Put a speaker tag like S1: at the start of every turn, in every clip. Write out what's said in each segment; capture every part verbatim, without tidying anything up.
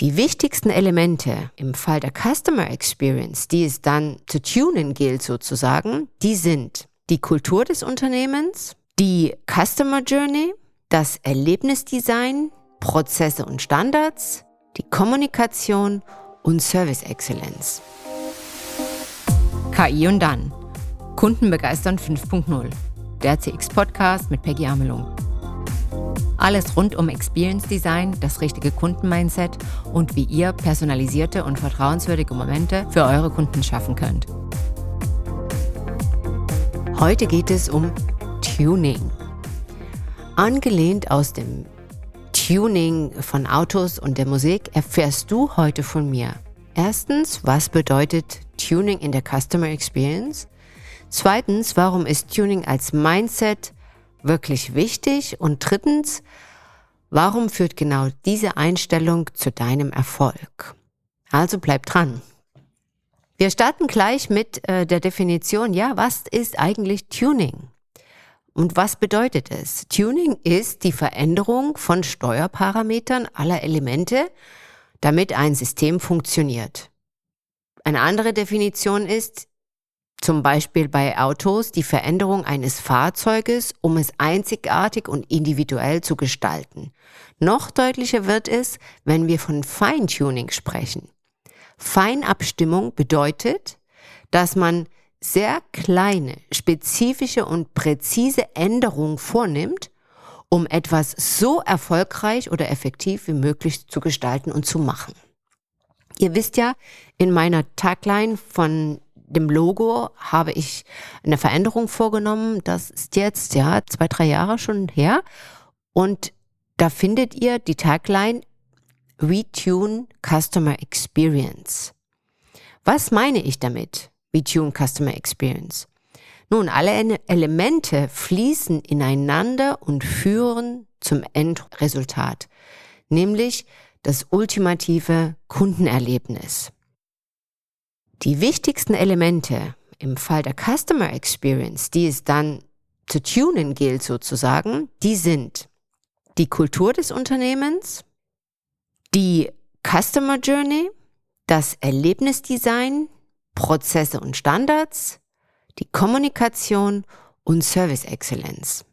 S1: Die wichtigsten Elemente im Fall der Customer Experience, die es dann zu tunen gilt sozusagen, die sind die Kultur des Unternehmens, die Customer Journey, das Erlebnisdesign, Prozesse und Standards, die Kommunikation und Service Exzellenz. K I und dann. Kunden begeistern fünf Punkt null. Der C X-Podcast mit Peggy Amelung. Alles rund um Experience Design, das richtige Kundenmindset und wie ihr personalisierte und vertrauenswürdige Momente für eure Kunden schaffen könnt. Heute geht es um Tuning. Angelehnt aus dem Tuning von Autos und der Musik erfährst du heute von mir. Erstens, was bedeutet Tuning in der Customer Experience? Zweitens, warum ist Tuning als Mindset wirklich wichtig? Und drittens, warum führt genau diese Einstellung zu deinem Erfolg? Also bleib dran. Wir starten gleich mit äh, der Definition. Ja, was ist eigentlich Tuning? Und was bedeutet es? Tuning ist die Veränderung von Steuerparametern aller Elemente, damit ein System funktioniert. Eine andere Definition ist zum Beispiel bei Autos die Veränderung eines Fahrzeuges, um es einzigartig und individuell zu gestalten. Noch deutlicher wird es, wenn wir von Feintuning sprechen. Feinabstimmung bedeutet, dass man sehr kleine, spezifische und präzise Änderungen vornimmt, um etwas so erfolgreich oder effektiv wie möglich zu gestalten und zu machen. Ihr wisst ja, in meiner Tagline von dem Logo habe ich eine Veränderung vorgenommen. Das ist jetzt ja zwei, drei Jahre schon her. Und da findet ihr die Tagline We Tune Customer Experience. Was meine ich damit? We Tune Customer Experience. Nun, alle Elemente fließen ineinander und führen zum Endresultat, nämlich das ultimative Kundenerlebnis. Die wichtigsten Elemente im Fall der Customer Experience, die es dann zu tunen gilt sozusagen, die sind die Kultur des Unternehmens, die Customer Journey, das Erlebnisdesign, Prozesse und Standards, die Kommunikation und Service Exzellenz.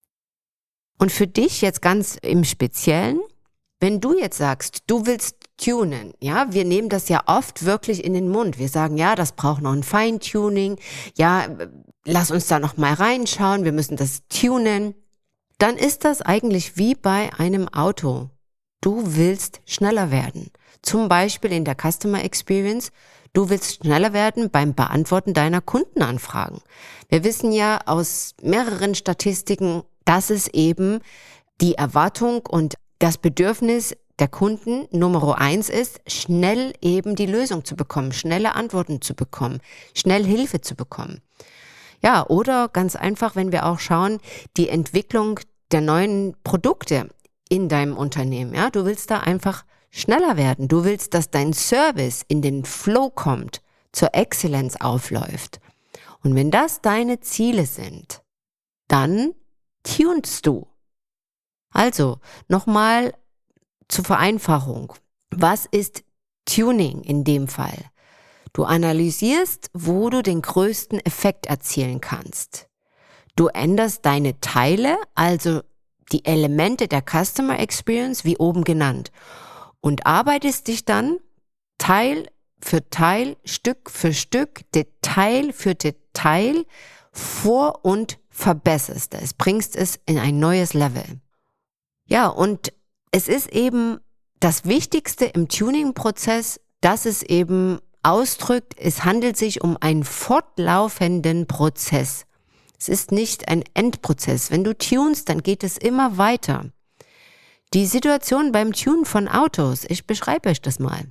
S1: Und für dich jetzt ganz im Speziellen, wenn du jetzt sagst, du willst tunen, ja, wir nehmen das ja oft wirklich in den Mund. Wir sagen, ja, das braucht noch ein Feintuning, ja, lass uns da noch mal reinschauen, wir müssen das tunen. Dann ist das eigentlich wie bei einem Auto. Du willst schneller werden. Zum Beispiel in der Customer Experience, du willst schneller werden beim Beantworten deiner Kundenanfragen. Wir wissen ja aus mehreren Statistiken, dass es eben die Erwartung und das Bedürfnis der Kunden Nummer eins ist, schnell eben die Lösung zu bekommen, schnelle Antworten zu bekommen, schnell Hilfe zu bekommen. Ja, oder ganz einfach, wenn wir auch schauen, die Entwicklung der neuen Produkte in deinem Unternehmen. Ja, du willst da einfach schneller werden. Du willst, dass dein Service in den Flow kommt, zur Exzellenz aufläuft. Und wenn das deine Ziele sind, dann tunst du. Also, nochmal zur Vereinfachung. Was ist Tuning in dem Fall? Du analysierst, wo du den größten Effekt erzielen kannst. Du änderst deine Teile, also die Elemente der Customer Experience, wie oben genannt, und arbeitest dich dann Teil für Teil, Stück für Stück, Detail für Detail vor und verbesserst es, bringst es in ein neues Level. Ja, und es ist eben das Wichtigste im Tuning-Prozess, dass es eben ausdrückt, es handelt sich um einen fortlaufenden Prozess. Es ist nicht ein Endprozess. Wenn du tunst, dann geht es immer weiter. Die Situation beim Tunen von Autos, ich beschreibe euch das mal.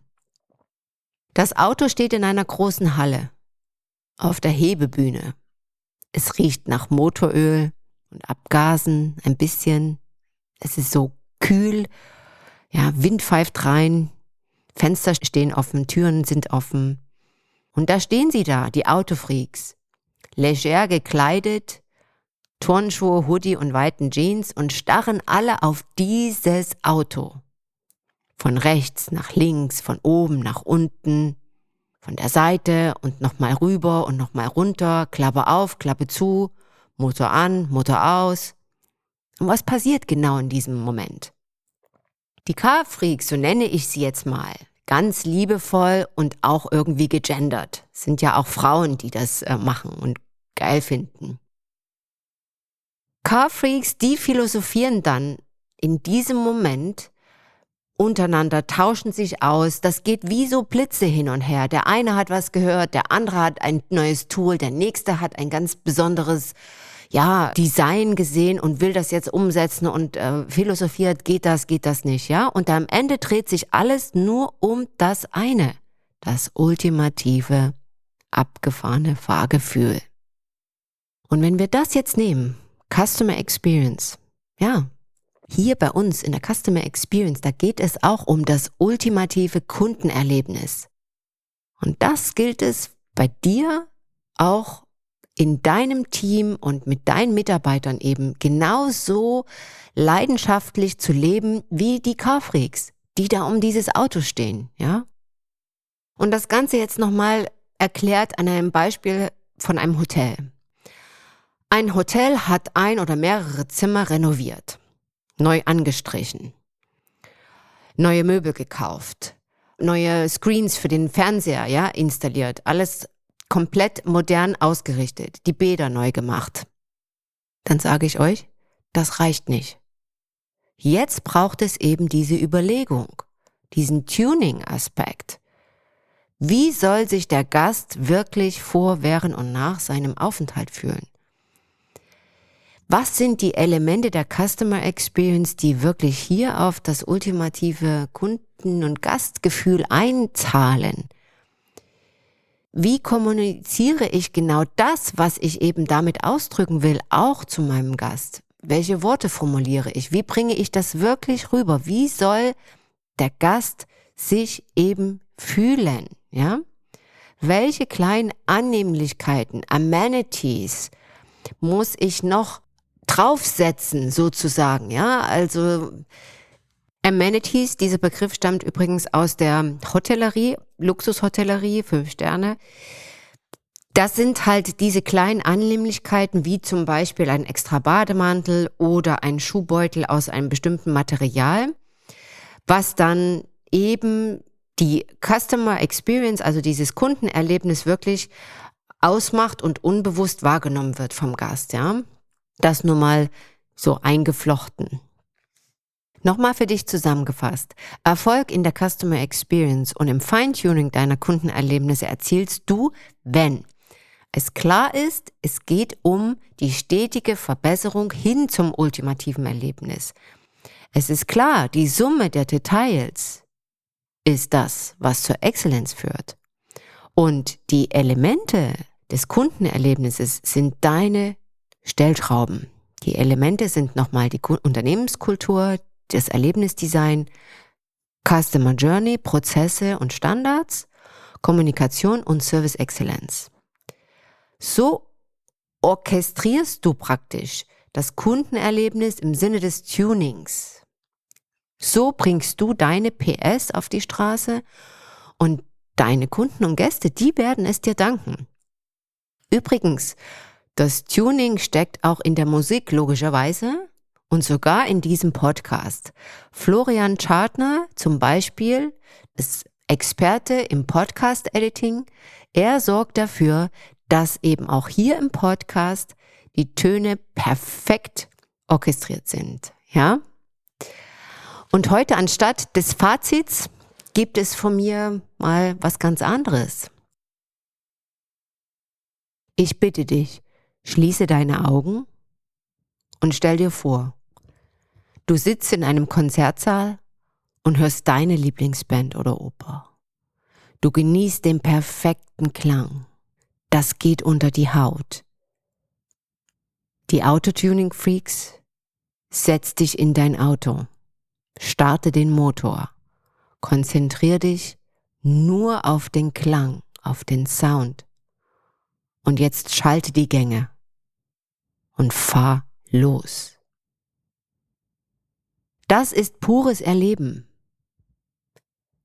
S1: Das Auto steht in einer großen Halle, auf der Hebebühne. Es riecht nach Motoröl und Abgasen ein bisschen. Es ist so kühl, ja, Wind pfeift rein, Fenster stehen offen, Türen sind offen. Und da stehen sie da, die Autofreaks. Leger gekleidet, Turnschuhe, Hoodie und weiten Jeans und starren alle auf dieses Auto. Von rechts nach links, von oben nach unten, von der Seite und nochmal rüber und nochmal runter, Klappe auf, Klappe zu, Motor an, Motor aus. Und was passiert genau in diesem Moment? Die Car-Freaks, so nenne ich sie jetzt mal, ganz liebevoll und auch irgendwie gegendert. Sind ja auch Frauen, die das äh, machen und geil finden. Car-Freaks, die philosophieren dann in diesem Moment untereinander, tauschen sich aus. Das geht wie so Blitze hin und her. Der eine hat was gehört, der andere hat ein neues Tool, der nächste hat ein ganz besonderes ja, Design gesehen und will das jetzt umsetzen und äh, philosophiert, geht das, geht das nicht, ja? Und am Ende dreht sich alles nur um das eine, das ultimative, abgefahrene Fahrgefühl. Und wenn wir das jetzt nehmen, Customer Experience, ja, hier bei uns in der Customer Experience, da geht es auch um das ultimative Kundenerlebnis. Und das gilt es bei dir auch in deinem Team und mit deinen Mitarbeitern eben genauso leidenschaftlich zu leben wie die Car-Freaks, die da um dieses Auto stehen, ja? Und das Ganze jetzt nochmal erklärt an einem Beispiel von einem Hotel. Ein Hotel hat ein oder mehrere Zimmer renoviert, neu angestrichen, neue Möbel gekauft, neue Screens für den Fernseher, ja, installiert, alles komplett modern ausgerichtet, die Bäder neu gemacht. Dann sage ich euch, das reicht nicht. Jetzt braucht es eben diese Überlegung, diesen Tuning-Aspekt. Wie soll sich der Gast wirklich vor, während und nach seinem Aufenthalt fühlen? Was sind die Elemente der Customer Experience, die wirklich hier auf das ultimative Kunden- und Gastgefühl einzahlen? Wie kommuniziere ich genau das, was ich eben damit ausdrücken will, auch zu meinem Gast? Welche Worte formuliere ich? Wie bringe ich das wirklich rüber? Wie soll der Gast sich eben fühlen? Ja? Welche kleinen Annehmlichkeiten, Amenities muss ich noch draufsetzen, sozusagen? Ja, also Amenities, dieser Begriff stammt übrigens aus der Hotellerie, Luxushotellerie, fünf Sterne. Das sind halt diese kleinen Annehmlichkeiten, wie zum Beispiel ein extra Bademantel oder ein Schuhbeutel aus einem bestimmten Material, was dann eben die Customer Experience, also dieses Kundenerlebnis wirklich ausmacht und unbewusst wahrgenommen wird vom Gast, ja. Das nur mal so eingeflochten. Nochmal für dich zusammengefasst. Erfolg in der Customer Experience und im Feintuning deiner Kundenerlebnisse erzielst du, wenn es klar ist, es geht um die stetige Verbesserung hin zum ultimativen Erlebnis. Es ist klar, die Summe der Details ist das, was zur Exzellenz führt. Und die Elemente des Kundenerlebnisses sind deine Stellschrauben. Die Elemente sind nochmal die Unternehmenskultur, das Erlebnisdesign, Customer Journey, Prozesse und Standards, Kommunikation und Service Exzellenz. So orchestrierst du praktisch das Kundenerlebnis im Sinne des Tunings. So bringst du deine P S auf die Straße und deine Kunden und Gäste, die werden es dir danken. Übrigens, das Tuning steckt auch in der Musik logischerweise und sogar in diesem Podcast. Florian Schartner zum Beispiel ist Experte im Podcast-Editing. Er sorgt dafür, dass eben auch hier im Podcast die Töne perfekt orchestriert sind. Ja? Und heute anstatt des Fazits gibt es von mir mal was ganz anderes. Ich bitte dich, schließe deine Augen und stell dir vor, du sitzt in einem Konzertsaal und hörst deine Lieblingsband oder Oper. Du genießt den perfekten Klang. Das geht unter die Haut. Die Autotuning-Freaks, setz dich in dein Auto, starte den Motor, konzentrier dich nur auf den Klang, auf den Sound. Und jetzt schalte die Gänge und fahr los. Das ist pures Erleben.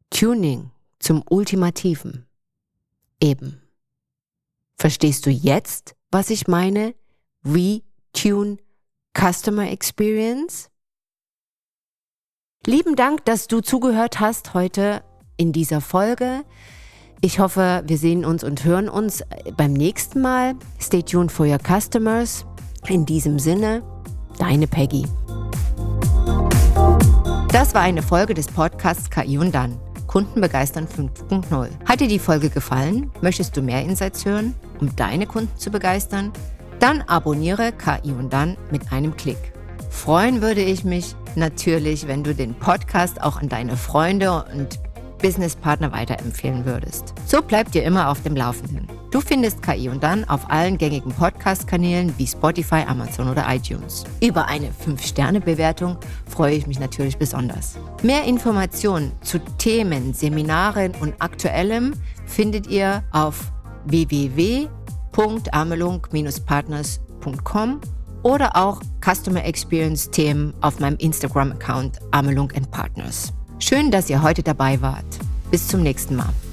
S1: Tuning zum Ultimativen. Eben. Verstehst du jetzt, was ich meine? Retune Customer Experience? Lieben Dank, dass du zugehört hast heute in dieser Folge. Ich hoffe, wir sehen uns und hören uns beim nächsten Mal. Stay tuned for your customers. In diesem Sinne, deine Peggy. Das war eine Folge des Podcasts K I und dann. Kunden begeistern fünf Punkt null. Hat dir die Folge gefallen? Möchtest du mehr Insights hören, um deine Kunden zu begeistern? Dann abonniere K I und dann mit einem Klick. Freuen würde ich mich natürlich, wenn du den Podcast auch an deine Freunde und Businesspartner weiterempfehlen würdest. So bleibt ihr immer auf dem Laufenden. Du findest K I und dann auf allen gängigen Podcast-Kanälen wie Spotify, Amazon oder iTunes. Über eine fünf Sterne Bewertung freue ich mich natürlich besonders. Mehr Informationen zu Themen, Seminaren und Aktuellem findet ihr auf w w w punkt amelung Bindestrich partners punkt com oder auch Customer Experience Themen auf meinem Instagram-Account Amelung and Partners. Schön, dass ihr heute dabei wart. Bis zum nächsten Mal.